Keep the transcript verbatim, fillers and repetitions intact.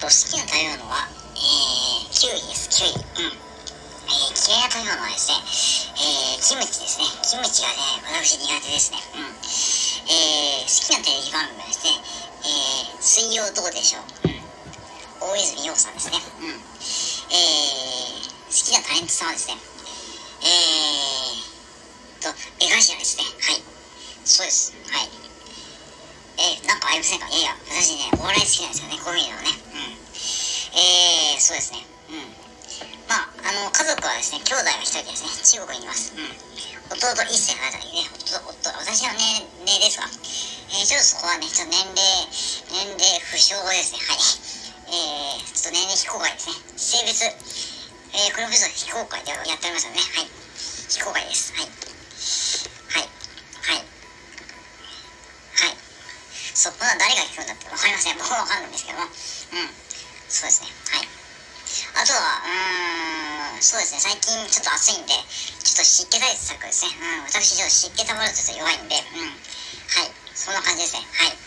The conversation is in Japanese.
と、好きな食べ物は、えー、キウイです、キウイ。うん。えー、嫌いな食べ物はですね、えー、キムチですね。キムチがね、私苦手ですね。うん。えー、好きなテレビ番組はですね、えー、水曜どうでしょう。うん。大泉洋さんですね。うん。えー、好きなタレントさんはですね、えーと、エガジアですね。はい。そうです。はい。えー、なんかありませんか？いやいや、私ね、お笑い好きなんですよね、こういうのね。うん。えー、そうですね。うん。まあ、あの、家族はですね、兄弟は一人ですね、中国にいます。うん。弟一世あたりね、夫、夫、私の年齢ですが、えー、ちょっとそこはね、ちょっと年齢、年齢不詳ですね、はい。えー、ちょっと年齢非公開ですね。性別、えー、これもちょっと非公開でやっておりますよね、はい。非公開です、はい。はい。はい。はい。そう、こんな誰が聞くんだってわかりません。僕はわかんないんですけども。うん。そうですね。はい。あとは、うーん、そうですね。最近ちょっと暑いんで、ちょっと湿気対策ですね。うん。私ちょっと湿気たまるとちょっと弱いんで、うん。はい。そんな感じですね。はい。